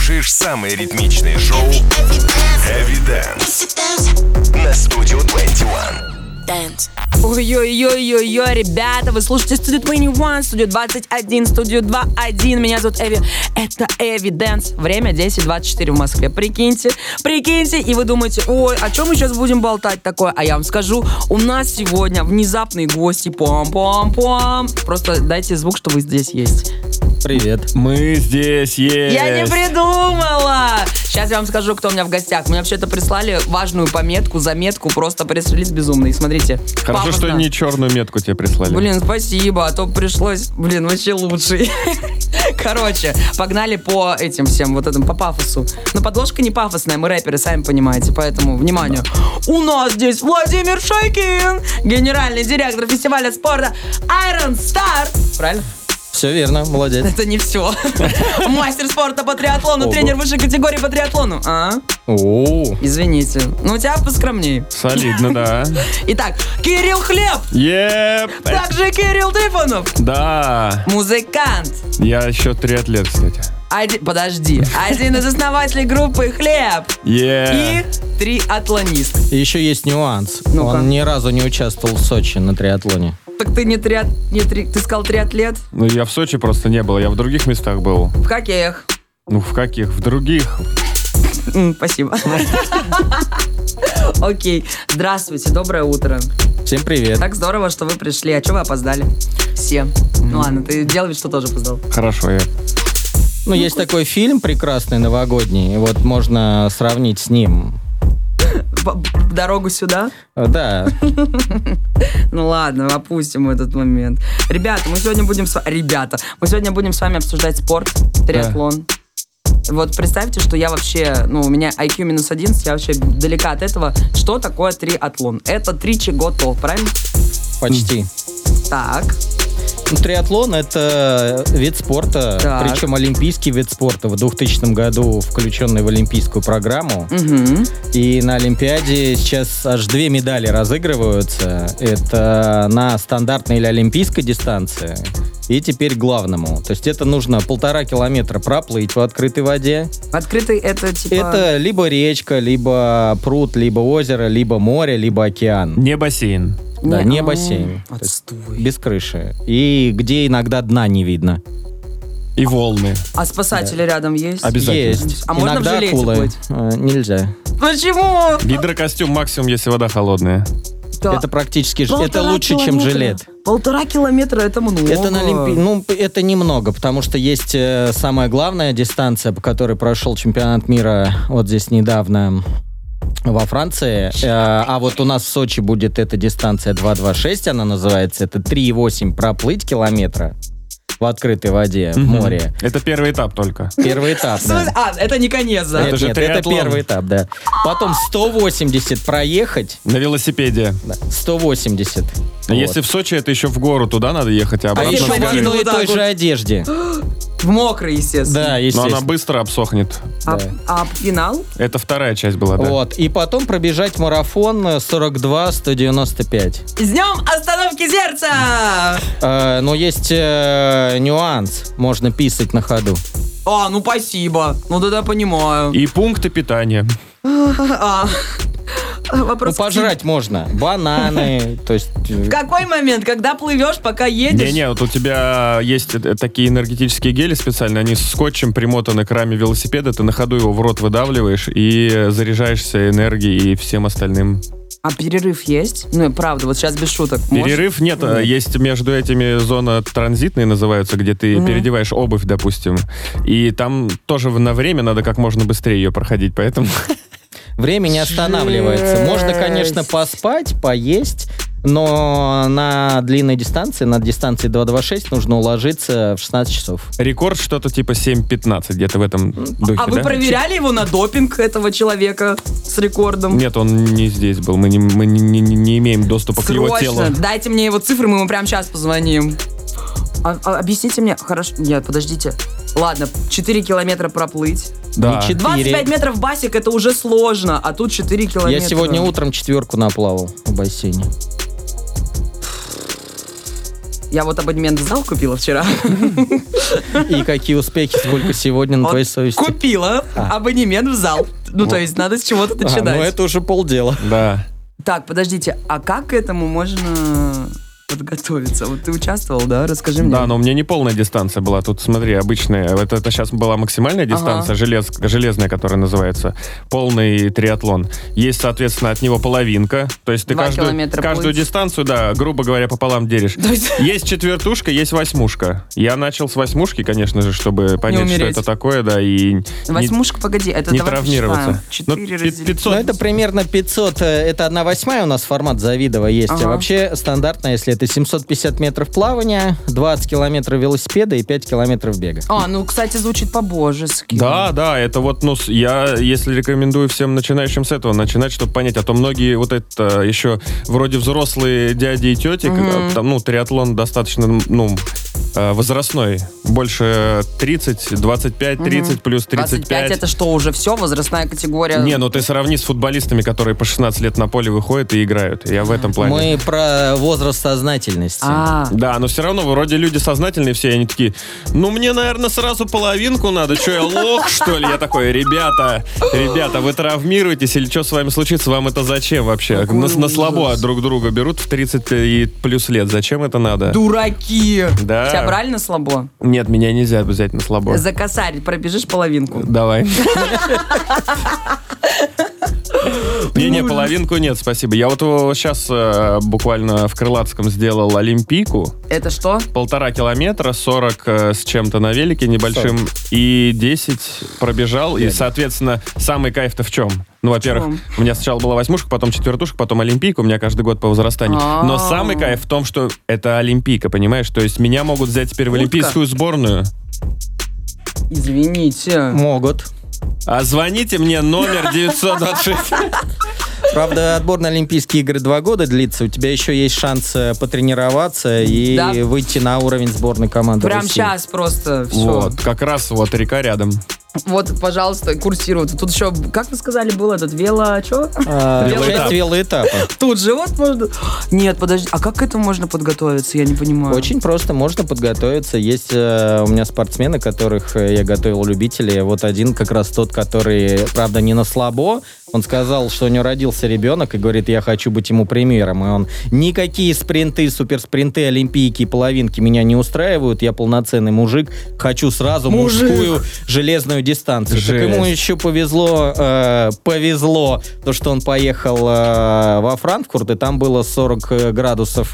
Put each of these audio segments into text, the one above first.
слушаешь самые ритмичные шоу Heavy Dance на Studio 21. Dance. Ой-ой-ой-ой-ой, ребята, вы слушаете Studio 21, Studio 21, Studio 21. Меня зовут Эви. Это Эви Dance. Время 10:24 в Москве. Прикиньте, и вы думаете, ой, о чем мы сейчас будем болтать такое? А я вам скажу, у нас сегодня внезапные гости. Пам-пам-пам. Просто дайте звук, что вы здесь есть. Привет. Мы здесь есть. Я не придумала! Сейчас я вам скажу, кто у меня в гостях. Мне вообще-то прислали важную заметку, просто пресс-релиз безумный. Смотрите. Хорошо, пафосно. что не черную метку тебе прислали. Блин, спасибо, а то пришлось, вообще лучший. Короче, погнали по этим всем, по пафосу. Но подложка не пафосная, мы рэперы, сами понимаете, поэтому, внимание. У нас здесь Владимир Шайкин, генеральный директор фестиваля спорта Iron Star. Правильно? Все верно, молодец. Это не все. Мастер спорта по триатлону, тренер высшей категории по триатлону. Извините. У тебя поскромнее. Солидно, да. Итак, Кирилл Хлеб. Также Кирилл Трифонов. Да. Музыкант. Я еще триатлет, кстати. Один из основателей группы Хлеб. И триатлонист. И еще есть нюанс. Ну-ка. Он ни разу не участвовал в Сочи на триатлоне. Так ты ты сказал триатлет? Ну, я в Сочи просто не был, я в других местах был. В каких? Ну, в каких? В других. Спасибо. Окей. Здравствуйте, доброе утро. Всем привет. Так здорово, что вы пришли. А что вы опоздали? Все. Ну ладно, ты делай вид, что тоже опоздал. Хорошо, я... Есть такой фильм прекрасный, новогодний. Вот можно сравнить с ним. Дорогу сюда? Да. Ну ладно, опустим этот момент. Ребята, мы сегодня будем с вами обсуждать спорт, триатлон. Вот представьте, что я вообще, у меня IQ минус 11, я вообще далека от этого. Что такое триатлон? Это 3 чего-то, правильно? Почти. Так. Триатлон — это вид спорта, причем олимпийский вид спорта, в 2000 году включенный в олимпийскую программу. Угу. И на Олимпиаде сейчас аж 2 медали разыгрываются. Это на стандартной или олимпийской дистанции. И теперь к главному. То есть это нужно 1,5 километра проплыть в открытой воде. Открытый — это типа... Это либо речка, либо пруд, либо озеро, либо море, либо океан. Не бассейн. Да, не бассейн. Отстой. Без крыши. И где иногда дна не видно. И волны. А спасатели рядом есть? Обязательно. Есть. А можно иногда в жилете акулы. плыть? Нельзя. Почему? Гидрокостюм максимум, если вода холодная. Да. Это практически... Это 1,5 лучше, чем километра. жилет. 1,5 километра — это много. Это на это немного, потому что есть самая главная дистанция, по которой прошел чемпионат мира вот здесь недавно во Франции. А вот у нас в Сочи будет эта дистанция 2,26, она называется. Это 3,8 проплыть километра в открытой воде, в море. Это первый этап только. Первый этап, да. Это не конец, да? Это же это триатлон. первый этап, да. Потом 180 проехать. На велосипеде. 180. А если в Сочи, это еще в гору туда надо ехать, а А обратно еще с в горы. одной и Вот так той вот. же одежде. В мокрый, естественно. Да, Но естественно. она быстро обсохнет. А финал? Это вторая часть была, да? Вот. И потом пробежать марафон 42-195. С днем остановки сердца! Но есть нюанс. Можно писать на ходу. Спасибо. Тогда понимаю. И пункты питания. Вопрос. Пожрать можно. Бананы. То есть... В какой момент? Когда плывешь, пока едешь? Не-не, вот у тебя есть такие энергетические гели специальные, они скотчем примотаны к раме велосипеда, ты на ходу его в рот выдавливаешь и заряжаешься энергией и всем остальным. А перерыв есть? Правда, вот сейчас без шуток. Перерыв нет, есть между этими зона транзитные называются, где ты переодеваешь обувь, допустим, и там тоже на время надо как можно быстрее ее проходить, поэтому... Время не останавливается. Можно, конечно, поспать, поесть, но на длинной дистанции, на дистанции 2.26, нужно уложиться в 16 часов. Рекорд что-то типа 7:15, где-то в этом духе, А вы да? проверяли его на допинг, этого человека с рекордом? Нет, он не здесь был, мы не имеем доступа к его телу. Срочно, дайте мне его цифры, мы ему прямо сейчас позвоним. Объясните мне, хорошо, нет, подождите. Ладно, 4 километра проплыть. Да. 25 метров басик, это уже сложно, а тут 4 километра. Я сегодня утром 4 наплавал в бассейне. Я вот абонемент в зал купила вчера. И какие успехи, сколько сегодня на твоей совести? Купила абонемент в зал. Ну, то есть надо с чего-то начинать. Ну, это уже полдела. Да. Так, подождите, а как к этому можно подготовиться? Вот ты участвовал, да? Расскажи мне. Да, но у меня не полная дистанция была. Тут, смотри, обычная. Это сейчас была максимальная дистанция, железная, которая называется. Полный триатлон. Есть, соответственно, от него половинка. То есть ты 2 километра каждую плыть. дистанцию, да, грубо говоря, пополам делишь. Есть четвертушка, есть восьмушка. Я начал с восьмушки, конечно же, чтобы понять, что это такое, да, и Восьмушка, погоди, это не давай травмироваться. посчитаем. 4 разделить. 500. Ну, это примерно 500, это 1/8 у нас формат Завидова есть. Ага. А вообще стандартно, если это 750 метров плавания, 20 километров велосипеда и 5 километров бега. Ну, кстати, звучит по-божески. Да, это вот, ну, я, если рекомендую всем начинающим с этого начинать, чтобы понять, а то многие вот это еще вроде взрослые дяди и тети, там, ну, триатлон достаточно, ну, возрастной, больше 30, 25, 30 плюс 35. 25 это что, уже все, возрастная категория? Не, ну ты сравни с футболистами, которые по 16 лет на поле выходят и играют. Я в этом плане. Мы про возраст сознательности. Да, но все равно вроде люди сознательные все, и они такие, ну мне, наверное, сразу половинку надо, что я лох, что ли? Я такой, ребята, вы травмируетесь или что с вами случится, вам это зачем вообще? На слабо друг друга берут в 30 и плюс лет, зачем это надо? Дураки! Да. Тебя брали на слабо? Нет, меня нельзя взять на слабо. За косарь пробежишь половинку? Давай. Не, половинку нет, спасибо. Я вот сейчас буквально в Крылатском сделал олимпийку. Это что? 1,5 километра, 40 с чем-то на велике небольшим, 40. И 10 пробежал. 5. И, соответственно, самый кайф-то в чем? Ну, во-первых, у меня сначала была восьмушка, потом четвертушка, потом олимпийка, у меня каждый год по возрастанию. Но самый кайф в том, что это олимпийка, понимаешь? То есть меня могут взять теперь в олимпийскую сборную. Извините. Могут. А звоните мне, номер 926. Правда, отбор на Олимпийские игры 2 года длится. У тебя еще есть шанс потренироваться и выйти на уровень сборной команды Прям России. Сейчас просто все. Вот, как раз вот река рядом. Вот, пожалуйста, курсируют. Тут еще, как вы сказали, был этот что? 6 велоэтапа. Тут же вот можно... Нет, подожди, а как к этому можно подготовиться? Я не понимаю. Очень просто, можно подготовиться. Есть у меня спортсмены, которых я готовил, любители. Вот один как раз тот, который, правда, не на слабо. Он сказал, что у него родился ребенок и говорит, я хочу быть ему примером. И он, никакие спринты, суперспринты, олимпийки и половинки меня не устраивают. Я полноценный мужик. Хочу сразу мужскую железную дистанцию. Так ему еще повезло, то, что он поехал во Франкфурт, и там было 40 градусов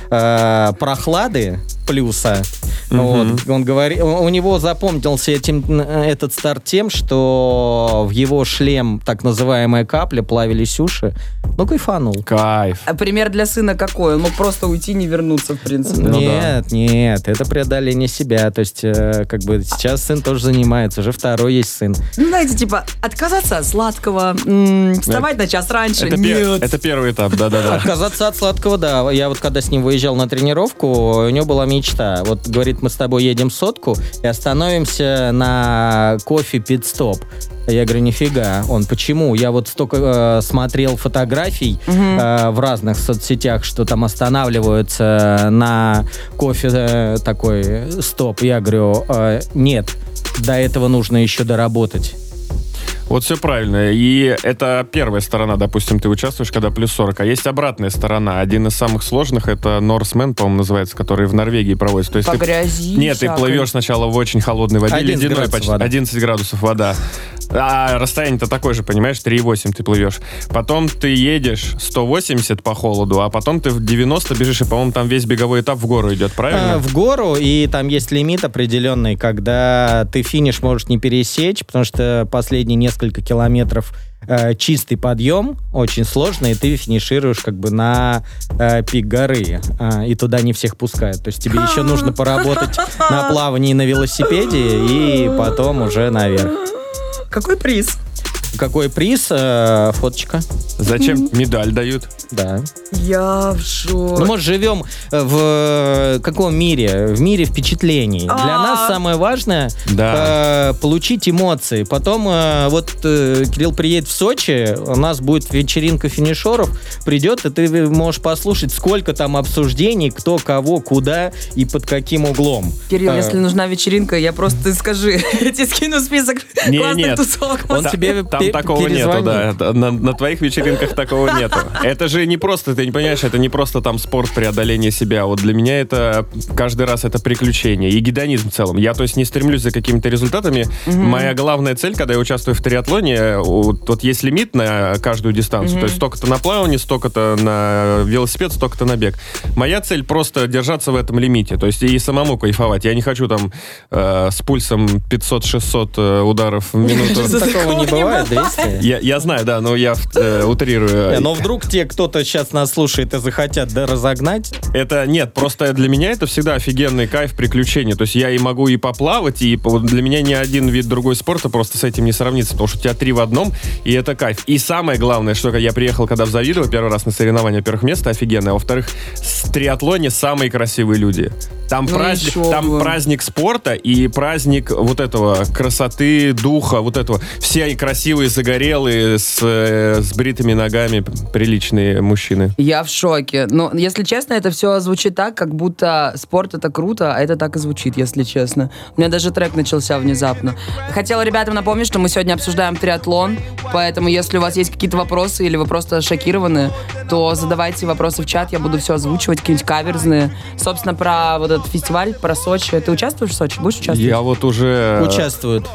прохлады плюса. Вот. Он говорит, у него запомнился этот старт тем, что в его шлем так называемая капля плавились уши. Ну, кайфанул. Кайф. А пример для сына какой? Он мог просто уйти, не вернуться, в принципе. Нет, это преодоление себя. То есть, как бы сейчас сын тоже занимается, уже второй есть сын. Ну, знаете, типа, отказаться от сладкого, вставать на час раньше. Нет. Это первый этап, да-да-да. Отказаться от сладкого, да. Я вот когда с ним выезжал на тренировку, у него была мечта. Вот, говорит, мы с тобой едем 100 и остановимся на кофе пит-стоп. Я говорю, нифига. Он, почему? Я вот столько смотрел фотографий в разных соцсетях, что там останавливаются на кофе такой стоп. Я говорю, нет, до этого нужно еще доработать. Вот все правильно. И это первая сторона, допустим, ты участвуешь, когда плюс 40. А есть обратная сторона. Один из самых сложных, это Норсмен, по-моему, называется, который в Норвегии проводится. То есть по грязи. Нет, ты плывешь сначала в очень холодной воде, ледяной почти. 11 градусов вода. А расстояние-то такое же, понимаешь, 3,8 ты плывешь. Потом ты едешь 180 по холоду, а потом ты в 90 бежишь, и, по-моему, там весь беговой этап в гору идет, правильно? В гору, и там есть лимит определенный, когда ты финиш можешь не пересечь, потому что последние несколько километров чистый подъем, очень сложный, и ты финишируешь как бы на пик горы, и туда не всех пускают. То есть тебе еще нужно поработать на плавании на велосипеде, и потом уже наверх. Какой приз? Какой приз? Фоточка. Зачем медаль дают? Да. Я в шоке. Ну, мы живем в каком мире? В мире впечатлений. Для нас самое важное получить эмоции. Потом Кирилл приедет в Сочи, у нас будет вечеринка финишеров, придет, и ты можешь послушать, сколько там обсуждений, кто, кого, куда и под каким углом. Кирилл, если нужна вечеринка, я просто скажи, я тебе скину список классных тусовок. Он тебе там такого нету, да. На твоих вечеринках такого нету. Это же не просто, ты не понимаешь, это не просто там спорт, преодоление себя. Вот для меня это каждый раз это приключение и гедонизм в целом. Я, то есть, не стремлюсь за какими-то результатами. Моя главная цель, когда я участвую в триатлоне, вот есть лимит на каждую дистанцию. То есть столько-то на плавание, столько-то на велосипед, столько-то на бег. Моя цель просто держаться в этом лимите. То есть и самому кайфовать. Я не хочу там с пульсом 500-600 ударов в минуту. Такого не бывает, 200? Я знаю, да, но я утрирую. Но вдруг те, кто-то сейчас нас слушает и захотят разогнать? Это нет, просто для меня это всегда офигенный кайф, приключения. То есть я и могу и поплавать, и для меня ни один вид другой спорта просто с этим не сравнится, потому что у тебя 3 в одном, и это кайф. И самое главное, что я приехал, когда в Завидово, первый раз на соревнования, во-первых, место офигенное, а во-вторых, в триатлоне самые красивые люди. Там праздник спорта и праздник вот этого красоты, духа, вот этого. Все красивые, загорелые, с бритыми ногами, приличные мужчины. Я в шоке. Но, если честно, это все звучит так, как будто спорт — это круто, а это так и звучит, если честно. У меня даже трек начался внезапно. Хотела ребятам напомнить, что мы сегодня обсуждаем триатлон, поэтому если у вас есть какие-то вопросы или вы просто шокированы, то задавайте вопросы в чат, я буду все озвучивать, какие-нибудь каверзные. Собственно, про вот этот фестиваль, про Сочи. Ты участвуешь в Сочи? Будешь участвовать? Я вот уже... Участвуют.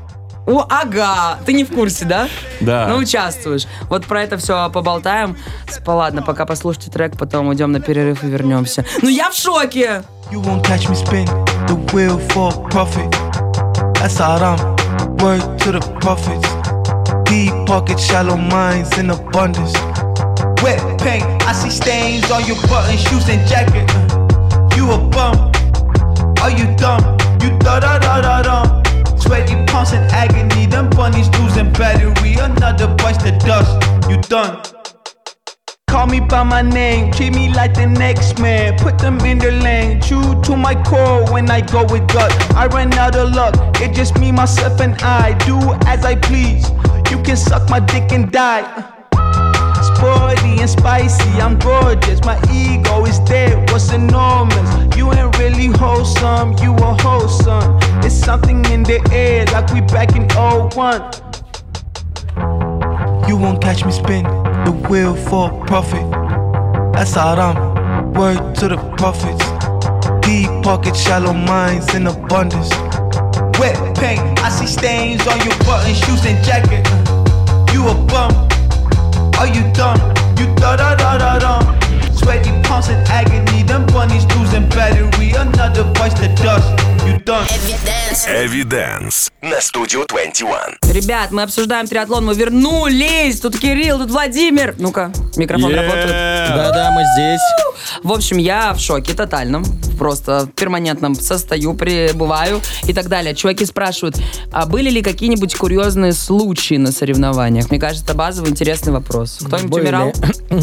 О, ага, ты не в курсе, да? Да. Ну, участвуешь. Вот про это все поболтаем. Ладно, пока послушайте трек, потом уйдем на перерыв и вернемся. Ну, я в шоке! You won't catch me spin the wheel for profit. That's how I'm. Word to the prophets. Deep pockets, shallow minds in abundance. Wet paint, I see stains on your button, shoes and jacket. You a bum? Are you dumb? You da-da-da-da-dum. Sweaty palms in agony, them bunnies losing battery. Another bunch to dust, you done. Call me by my name, treat me like the next man. Put them in their lane, true to my core when I go with gut. I ran out of luck, it just me, myself and I. Do as I please, you can suck my dick and die. Sporty and spicy, I'm gorgeous. My ego is dead, what's enormous? You ain't really wholesome, you a wholesome. It's something in the air, like we back in 01. You won't catch me spin the wheel for profit. That's how I'm. Word to the prophets. Deep pockets, shallow minds in abundance. Wet paint, I see stains on your button, shoes and jacket. You a bum? Are you dumb? You da-da-da-da-dum. Sweaty palms in agony, them bunnies losing battery. Another voice to dust, you done. Эвиденс на Студио 21. Ребят, мы обсуждаем триатлон, мы вернулись. Тут Кирилл, тут Владимир. Ну-ка, микрофон работает. Да-да, мы здесь. В общем, я в шоке тотальном. Просто в перманентном состою, пребываю и так далее. Чуваки спрашивают, а были ли какие-нибудь курьезные случаи на соревнованиях? Мне кажется, это базовый интересный вопрос. Кто-нибудь умирал?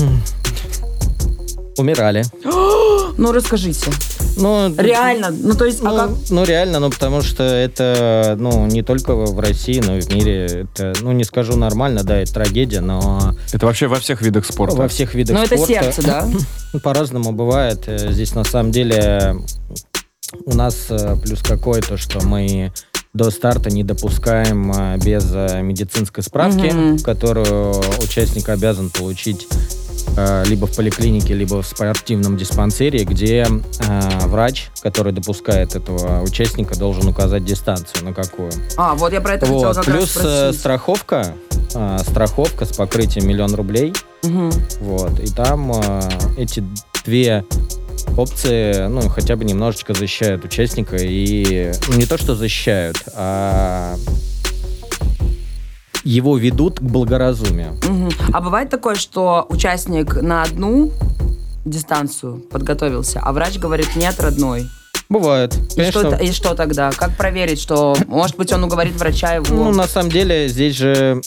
Умирали. Ну, расскажите. Ну, реально? Ну, то есть, как? Ну, реально, потому что это, не только в России, но и в мире. Это, не скажу нормально, да, это трагедия, но... Это вообще во всех видах спорта? Во всех видах спорта. Но это сердце, да? По-разному бывает. Здесь, на самом деле, у нас плюс какой, то, что мы до старта не допускаем без медицинской справки, которую участник обязан получить либо в поликлинике, либо в спортивном диспансере, где врач, который допускает этого участника, должен указать дистанцию, на какую. Вот я про это хотела как плюс раз спросить. страховка с покрытием 1 000 000 рублей. Вот. И там эти 2 опции, хотя бы немножечко защищают участника. И не то, что защищают, а его ведут к благоразумию. А бывает такое, что участник на одну дистанцию подготовился, а врач говорит: нет, родной, Бывает. И что тогда? Как проверить, что, может быть, он уговорит врача его? Ну, на самом деле, здесь же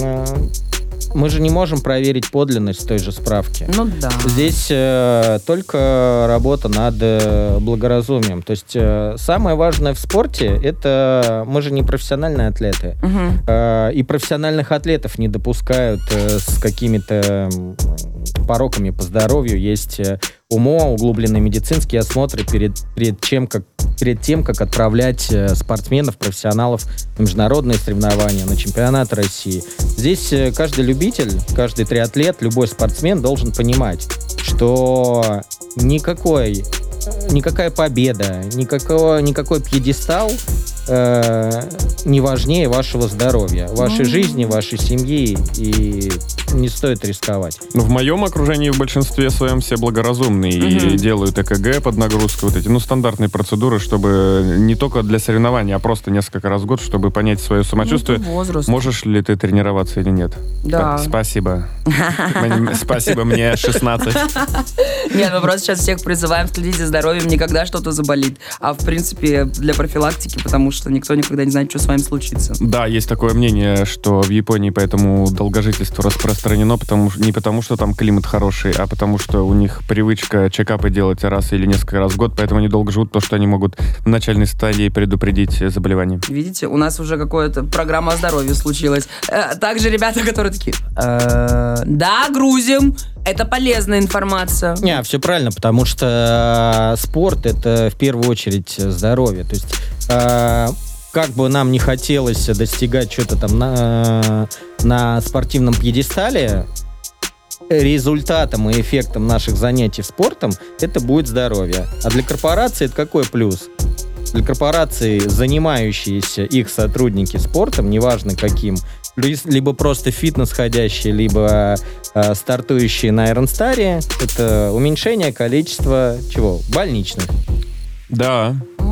мы же не можем проверить подлинность той же справки. Ну да. Здесь только работа над благоразумием. То есть самое важное в спорте, это мы же не профессиональные атлеты. И профессиональных атлетов не допускают с какими-то пороками по здоровью. Есть УМО, углубленные медицинские осмотры перед тем, как отправлять спортсменов, профессионалов на международные соревнования, на чемпионаты России. Здесь каждый любитель, каждый триатлет, любой спортсмен должен понимать, что никакая победа, никакой пьедестал не важнее вашего здоровья, вашей жизни, вашей семьи, и не стоит рисковать. В моем окружении в большинстве своем все благоразумные и делают ЭКГ под нагрузкой, вот эти, стандартные процедуры, чтобы не только для соревнований, а просто несколько раз в год, чтобы понять свое самочувствие. Можешь ли ты тренироваться или нет? Да. Спасибо. Спасибо, мне 16. Нет, мы просто сейчас всех призываем следить за здоровьем, никогда что-то заболит. А в принципе для профилактики, потому что никто никогда не знает, что с вами случится. Да, есть такое мнение, что в Японии поэтому долгожительство распространено, не потому что там климат хороший, а потому что у них привычка чекапы делать раз или несколько раз в год, поэтому они долго живут, потому что они могут в начальной стадии предупредить заболевание. Видите, у нас уже какая-то программа о здоровье случилась. Также ребята, которые такие, да, грузим, это полезная информация. Не, все правильно, потому что спорт — это в первую очередь здоровье. То есть как бы нам не хотелось достигать что-то там на спортивном пьедестале, результатом и эффектом наших занятий спортом это будет здоровье. А для корпорации это какой плюс? Для корпорации, занимающиеся их сотрудники спортом, неважно каким, либо просто фитнес ходящие, либо стартующие на Айронстаре, это уменьшение количества чего? Больничных. Да.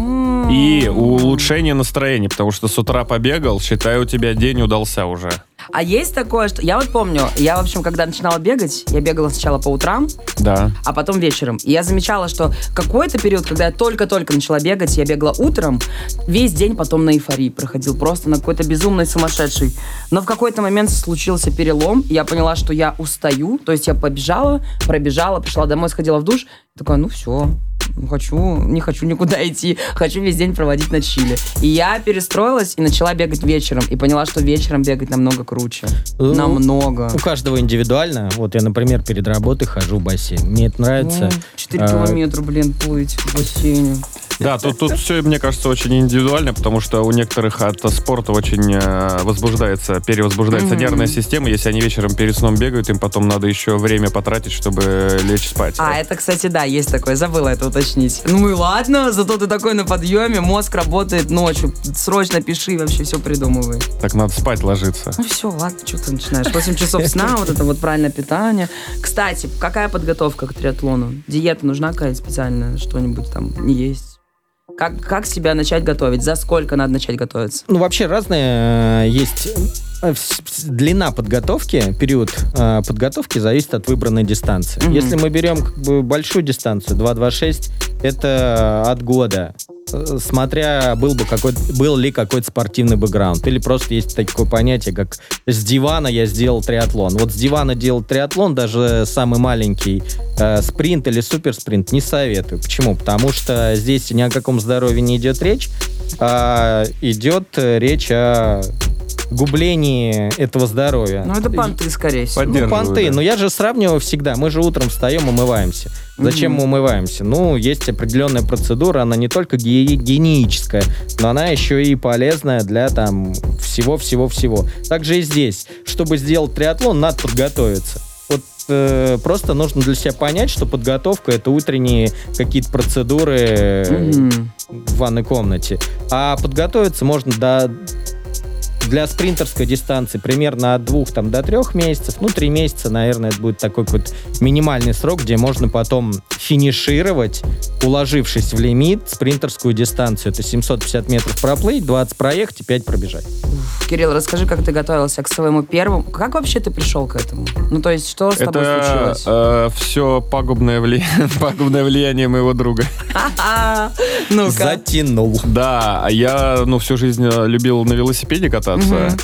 И улучшение настроения, потому что с утра побегал, считай, у тебя день удался уже. А есть такое, что... Я вот помню, я, в общем, когда начинала бегать, я бегала сначала по утрам, да, а потом вечером. И я замечала, что какой-то период, когда я только-только начала бегать, я бегала утром, весь день потом на эйфории проходил, просто на какой-то безумной, сумасшедший. Но в какой-то момент случился перелом, и я поняла, что я устаю, то есть я побежала, пробежала, пришла домой, сходила в душ, такая, ну все... не хочу никуда идти, хочу весь день проводить на чиле. И я перестроилась и начала бегать вечером. И поняла, что вечером бегать намного круче. Намного. У каждого индивидуально. Вот я, например, перед работой хожу в бассейн. Мне это нравится. 4 километра, плыть в бассейне. Да, тут все, мне кажется, очень индивидуально, потому что у некоторых от спорта очень перевозбуждается нервная система. Если они вечером перед сном бегают, им потом надо еще время потратить, чтобы лечь спать. Это, кстати, да, есть такое. Забыла это уточнить. Ну и ладно, зато ты такой на подъеме, мозг работает ночью. Срочно пиши, вообще все придумывай. Так надо спать ложиться. Ну все, ладно, что ты начинаешь? 8 часов сна, вот это вот правильное питание. Кстати, какая подготовка к триатлону? Диета нужна какая-то специальная? Что-нибудь там не есть? Как себя начать готовить? За сколько надо начать готовиться? Ну, вообще разные есть... Длина подготовки, период подготовки зависит от выбранной дистанции. Если мы берем большую дистанцию, 2.26, это от года. Смотря был ли какой-то спортивный бэкграунд. Или просто есть такое понятие, как с дивана я сделал триатлон. Вот с дивана делать триатлон, даже самый маленький спринт или суперспринт, не советую. Почему? Потому что здесь ни о каком здоровье не идет речь, а идет речь о гублении этого здоровья. Ну, это понты, скорее всего. Ну, понты. Да. Но я же сравниваю всегда. Мы же утром встаем, умываемся. Зачем мы умываемся? Ну, есть определенная процедура, она не только гигиеническая, но она еще и полезная для там всего-всего-всего. Также и здесь. Чтобы сделать триатлон, надо подготовиться. Вот просто нужно для себя понять, что подготовка — это утренние какие-то процедуры в ванной комнате. А подготовиться можно для спринтерской дистанции примерно от 2 до 3 месяцев. 3 месяца, наверное, это будет такой вот минимальный срок, где можно потом финишировать, уложившись в лимит, спринтерскую дистанцию. Это 750 метров проплыть, 20 проехать и 5 пробежать. Кирилл, расскажи, как ты готовился к своему первому... Как вообще ты пришел к этому? То есть, что с тобой случилось? Это все пагубное влияние моего друга. Ну-ка. Затянул. Да, я всю жизнь любил на велосипеде кататься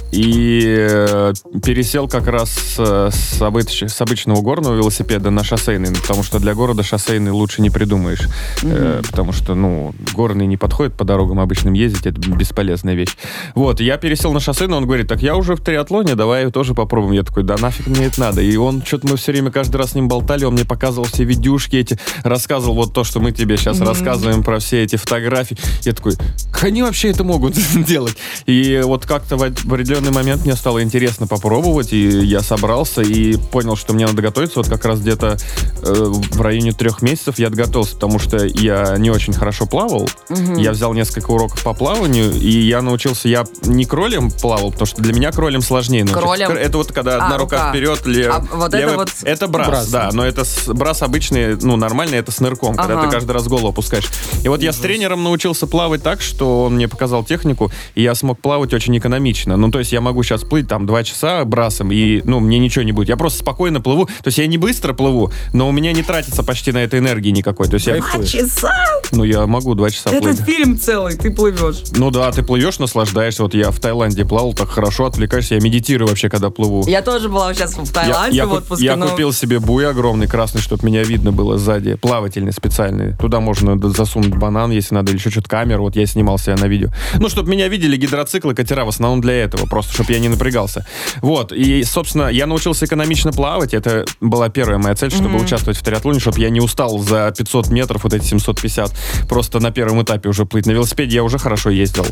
и пересел как раз с обычного горного велосипеда на шоссейный, потому что для города шоссейный лучше не придумаешь, потому что, горный не подходит по дорогам обычным ездить, это бесполезная вещь. Вот, я пересел на шоссейный, он говорит, так я уже в триатлоне, давай тоже попробуем. Я такой, да нафиг мне это надо. И он, что-то мы все время каждый раз с ним болтали, он мне показывал все видюшки эти, рассказывал вот то, что мы тебе сейчас рассказываем про все эти фотографии. Я такой, они вообще это могут делать. И вот как-то в определенный момент мне стало интересно попробовать, и я собрался и понял, что мне надо готовиться. Вот как раз где-то в районе 3 месяцев я готовился, потому что я не очень хорошо плавал. Я взял несколько уроков по плаванию, и я научился, я не кролем плавал, потому что для меня кролем сложнее научиться. Кролем? Это вот когда одна рука вперед, вот левая. это вот... Это брас, да, но это брас обычный, нормальный, это с нырком, когда ты каждый раз голову опускаешь. И вот я с тренером научился плавать так, что он мне показал технику, и я смог плавать очень экономично. То есть я могу сейчас плыть 2 часа брасом, и, мне ничего не будет. Я просто спокойно плыву. То есть я не быстро плыву, но у меня не тратится почти на это энергии никакой. То есть 2 часа? Я могу 2 часа плыть. Это фильм целый, ты плывешь. Да, ты плывешь, наслаждаешься. Вот я в Таиланде плавал, так хорошо отвлекаешься. Я медитирую вообще, когда плыву. Я тоже была сейчас в Таиланде в отпуске. Я купил себе буй огромный, красный, чтобы меня видно было сзади. Плавательный специальный. Туда можно засунуть банан, если надо, или еще что-то камеру. Вот я снимал себя на видео. Чтобы меня видели гидроциклы, катера, в основном для этого. Просто, чтобы я не напрягался. Вот. И, собственно, я научился экономично плавать. Это была первая моя цель, чтобы участвовать в триатлоне, чтобы я не устал за 500 метров, вот эти 750, просто на первом этапе уже плыть. На велосипеде я уже хорошо ездил.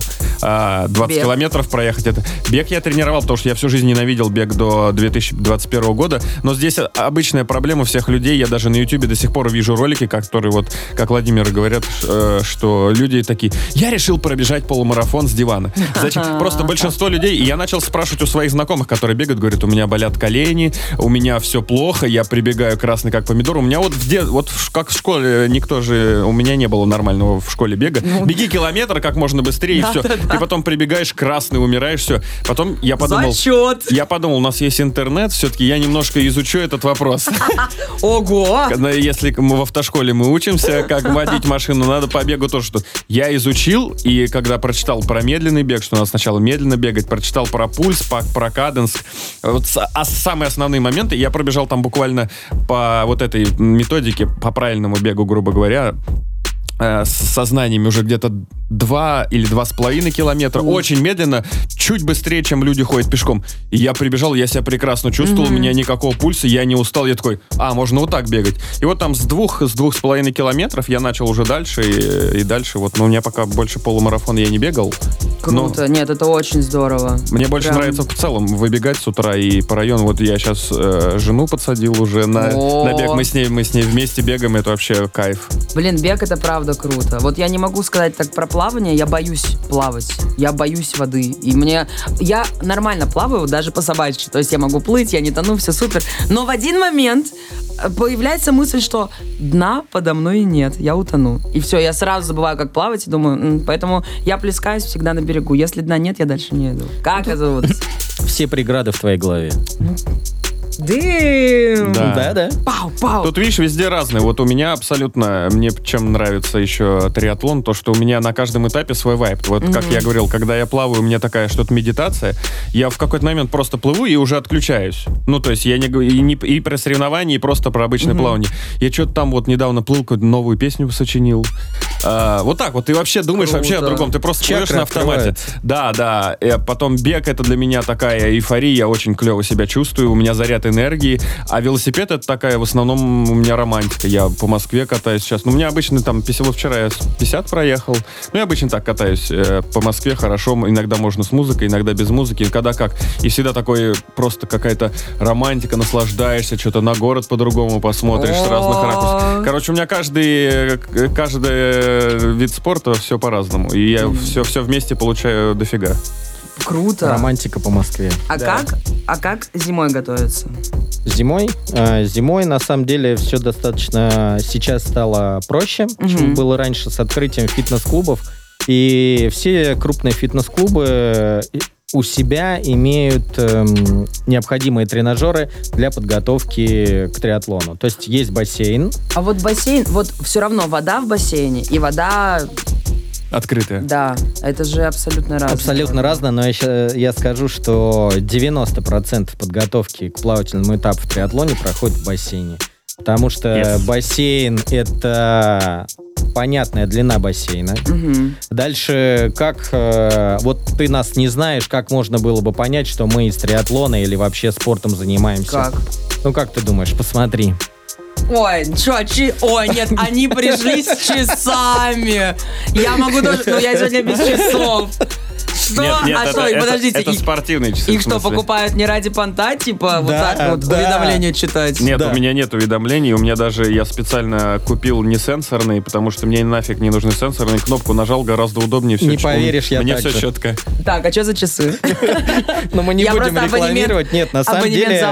20 километров проехать. Бег я тренировал, потому что я всю жизнь ненавидел бег до 2021 года. Но здесь обычная проблема всех людей. Я даже на Ютубе до сих пор вижу ролики, которые вот, как Владимир говорят, что люди такие, я решил пробежать полумарафон с дивана. Зачем? Просто большинство людей, и я начал спрашивать у своих знакомых, которые бегают, говорят, у меня болят колени, у меня все плохо, я прибегаю красный как помидор. У меня как в школе, у меня не было нормального в школе бега. Беги километр как можно быстрее, и все. Ты потом прибегаешь красный, умираешь, все. Потом я подумал... Зачет! Я подумал, у нас есть интернет, все-таки я немножко изучу этот вопрос. Ого! Если мы в автошколе мы учимся, как водить машину, надо по бегу тоже, что я изучил, и когда прочитал про медленный бег, что надо сначала медленно бегать, прочитал про пульс, про каденс, самые основные моменты, я пробежал там буквально по вот этой методике, по правильному бегу, грубо говоря, с сознаниями уже где-то 2 или 2,5 километра. Очень медленно, чуть быстрее, чем люди ходят пешком. И я прибежал, я себя прекрасно чувствовал, у меня никакого пульса, я не устал. Я такой, можно вот так бегать. И вот там с 2,5 километров я начал уже дальше, и дальше вот. Но у меня пока больше полумарафона я не бегал. Круто. Нет, это очень здорово. Мне больше нравится в целом выбегать с утра и по району. Вот я сейчас жену подсадил уже на бег. Мы с ней вместе бегаем, это вообще кайф. Блин, бег это правда круто. Вот я не могу сказать так про плавание, я боюсь плавать, я боюсь воды. И я нормально плаваю, даже по собачьи. То есть я могу плыть, я не тону, все супер. Но в один момент появляется мысль, что дна подо мной нет, я утону. И все, я сразу забываю, как плавать, и думаю, поэтому я плескаюсь всегда на берегу. Если дна нет, я дальше не иду. Как это вот? Все преграды в твоей голове. Дэм! Да. Пау. Тут, видишь, везде разные. Вот у меня абсолютно... Мне чем нравится еще триатлон, то, что у меня на каждом этапе свой вайб. Вот, как я говорил, когда я плаваю, у меня такая что-то медитация. Я в какой-то момент просто плыву и уже отключаюсь. То есть я не и про соревнования, и просто про обычное плавание. Я что-то там вот недавно плыл, какую-то новую песню сочинил. Вот так вот. Ты вообще думаешь вообще о другом. Ты просто плывешь на автомате. Да. И потом бег — это для меня такая эйфория. Я очень клево себя чувствую. У меня заряд энергии. А велосипед — это такая, в основном, у меня романтика. Я по Москве катаюсь сейчас. У меня обычно там, вот вчера я 50 проехал. Я обычно так катаюсь по Москве хорошо. Иногда можно с музыкой, иногда без музыки. Когда как. И всегда такой просто какая-то романтика, наслаждаешься, что-то на город по-другому посмотришь с разных ракурсов. Короче, у меня каждый вид спорта все по-разному. И я все вместе получаю дофига. Круто. Романтика по Москве. А как зимой готовиться? Зимой? Зимой, на самом деле, все достаточно сейчас стало проще, чем было раньше с открытием фитнес-клубов. И все крупные фитнес-клубы у себя имеют необходимые тренажеры для подготовки к триатлону. То есть есть бассейн. А вот бассейн, вот все равно вода в бассейне и вода... Открытая. Да, это же абсолютно разное. Абсолютно разное, но я скажу, что 90% подготовки к плавательному этапу в триатлоне проходит в бассейне. Потому что бассейн — это понятная длина бассейна. Дальше, вот ты нас не знаешь, как можно было бы понять, что мы из триатлона или вообще спортом занимаемся? Как? Ну, как ты думаешь? Посмотри. Ой, ой, нет, они пришли с часами. Я могу тоже, но я сегодня без часов. Что? Нет, Подождите. это спортивные часы. Их что, покупают не ради понта, типа, вот так вот уведомления читать? Нет, у меня нет уведомлений. У меня даже, я специально купил не сенсорный, потому что мне нафиг не нужны сенсорные. Кнопку нажал, гораздо удобнее. Все не поверишь, я мне так все же. четко. Так, а что за часы? Но мы не будем рекламировать. Нет, на самом деле,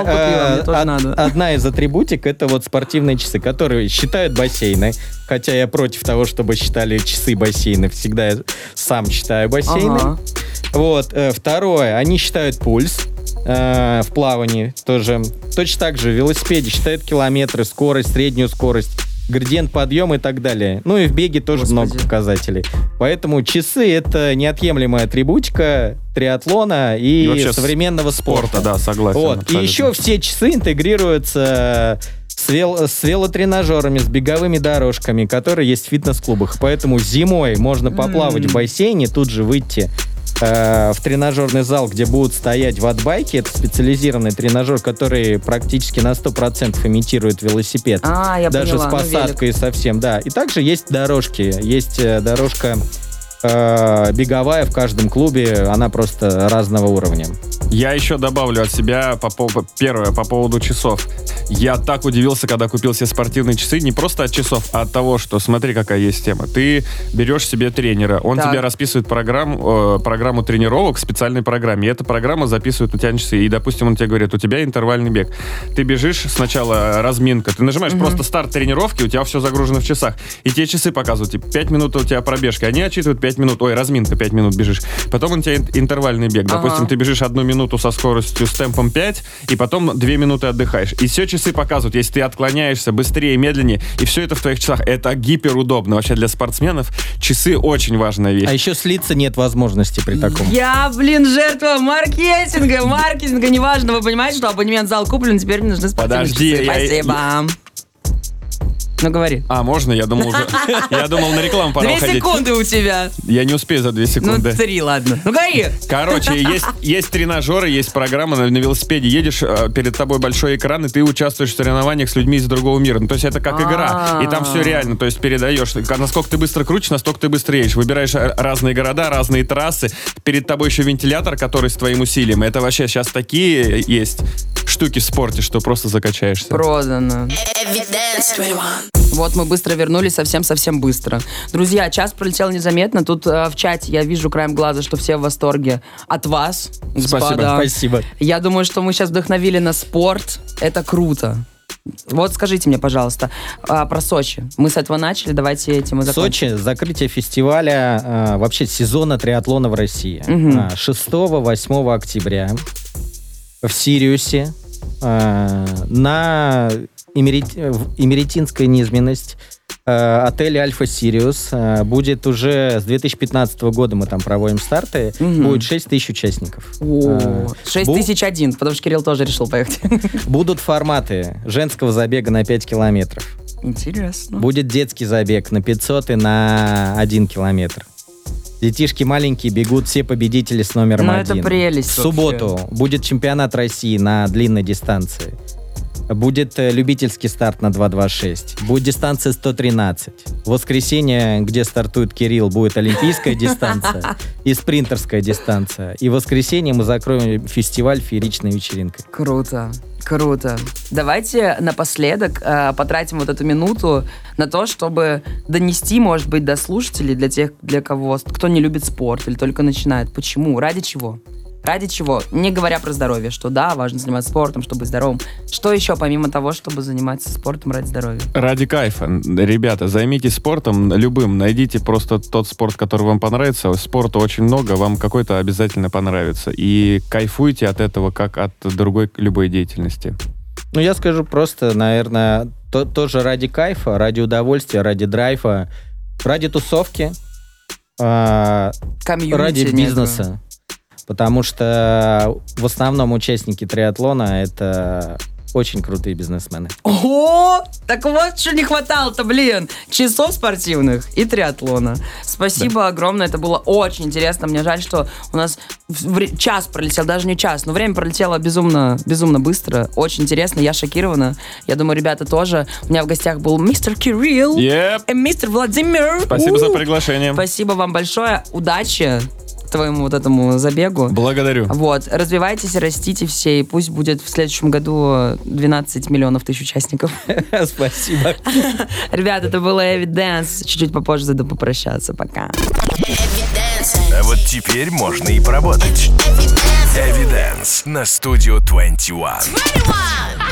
одна из атрибутик — это вот спортивные часы, которые считают бассейны. Хотя я против того, чтобы считали часы бассейны. Всегда я сам считаю бассейны. Вот. Второе, они считают пульс в плавании тоже. Точно так же в велосипеде считают километры, скорость, среднюю скорость, градиент подъема и так далее. Ну и в беге тоже много показателей. Поэтому часы — это неотъемлемая атрибутика триатлона и современного спорта. Да, согласен. Вот. И еще все часы интегрируются с велотренажерами, с беговыми дорожками, которые есть в фитнес-клубах. Поэтому зимой можно поплавать в бассейне, тут же выйти в тренажерный зал, где будут стоять ваттбайки. Это специализированный тренажер, который практически на 100% имитирует велосипед. Я даже поняла, с посадкой совсем, да. И также есть дорожки. Есть дорожка беговая в каждом клубе, она просто разного уровня. Я еще добавлю от себя первое по поводу часов. Я так удивился, когда купил себе спортивные часы, не просто от часов, а от того, что смотри, какая есть тема. Ты берешь себе тренера, он тебе расписывает программу тренировок в специальной программе, и эта программа записывает у тебя на часы. И, допустим, он тебе говорит, у тебя интервальный бег. Ты бежишь, сначала разминка, ты нажимаешь просто старт тренировки, у тебя все загружено в часах, и тебе часы показывают, типа, 5 минут у тебя пробежка, они отчитывают 5 минут, разминка, 5 минут бежишь. Потом у тебя интервальный бег. Допустим, ты бежишь 1 минуту со скоростью, с темпом 5, и потом 2 минуты отдыхаешь. И все часы показывают, если ты отклоняешься быстрее, медленнее, и все это в твоих часах. Это гиперудобно. Вообще для спортсменов часы очень важная вещь. А еще слиться нет возможности при таком. Я, жертва маркетинга, неважно, вы понимаете, что абонемент в зал куплен, теперь мне нужны спортивные часы. Спасибо. Ну, говори. Можно? Я думал на рекламу пора уходить. 2 секунды у тебя. Я не успею за 2 секунды. 3, ладно. Ну, говори. Короче, есть тренажеры, есть программа на велосипеде. Едешь, перед тобой большой экран, и ты участвуешь в соревнованиях с людьми из другого мира. Ну, то есть это как игра. И там все реально. То есть передаешь. Насколько ты быстро крутишь, настолько ты быстро едешь. Выбираешь разные города, разные трассы. Перед тобой еще вентилятор, который с твоим усилием. Это вообще сейчас такие есть штуки в спорте, что просто закачаешься. Продано. Вот мы быстро вернулись, совсем быстро. Друзья, час пролетел незаметно. Тут в чате я вижу краем глаза, что все в восторге от вас, господа. Спасибо. Я думаю, что мы сейчас вдохновили на спорт. Это круто. Вот скажите мне, пожалуйста, про Сочи. Мы с этого начали, давайте этим и закончим. Сочи, закрытие фестиваля, вообще сезона триатлона в России. 6-8 октября в Сириусе на Имеретинская низменность отель Альфа Сириус. Будет уже с 2015 года мы там проводим старты. Будет 6 тысяч участников. 6001, потому что Кирилл тоже решил поехать. Будут форматы женского забега на 5 километров. Интересно. Будет детский забег на 500 и на 1 километр. Детишки маленькие бегут, все победители с номером 1. Это прелесть. В субботу будет чемпионат России на длинной дистанции. Будет любительский старт на 2.26. Будет дистанция 113. В воскресенье, где стартует Кирилл, будет олимпийская дистанция и спринтерская дистанция. И в воскресенье мы закроем фестиваль «Фееричная вечеринка». Круто. Давайте напоследок потратим вот эту минуту на то, чтобы донести, может быть, до слушателей, для тех, кто не любит спорт или только начинает. Почему? Ради чего? Ради чего? Не говоря про здоровье, что да, важно заниматься спортом, чтобы быть здоровым. Что еще помимо того, чтобы заниматься спортом ради здоровья? Ради кайфа. Ребята, займитесь спортом любым. Найдите просто тот спорт, который вам понравится. Спорта очень много, вам какой-то обязательно понравится. И кайфуйте от этого, как от другой любой деятельности. Ну, я скажу просто, наверное, тоже ради кайфа, ради удовольствия, ради драйва, ради тусовки, ради бизнеса. Потому что в основном участники триатлона — это очень крутые бизнесмены. Ого! Так вот, что не хватало-то, блин. Часов спортивных и триатлона. Спасибо огромное, это было очень интересно. Мне жаль, что у нас час пролетел, даже не час, но время пролетело безумно, безумно быстро. Очень интересно, я шокирована. Я думаю, ребята тоже. У меня в гостях был мистер Кирилл и мистер Владимир. Спасибо за приглашение. Спасибо вам большое. Удачи твоему вот этому забегу. Благодарю. Вот, развивайтесь, растите все, и пусть будет в следующем году 12 миллионов тысяч участников. Спасибо. Ребят, это было Evidence. Чуть-чуть попозже зайду попрощаться. Пока. А вот теперь можно и поработать. Evidence на Studio 21.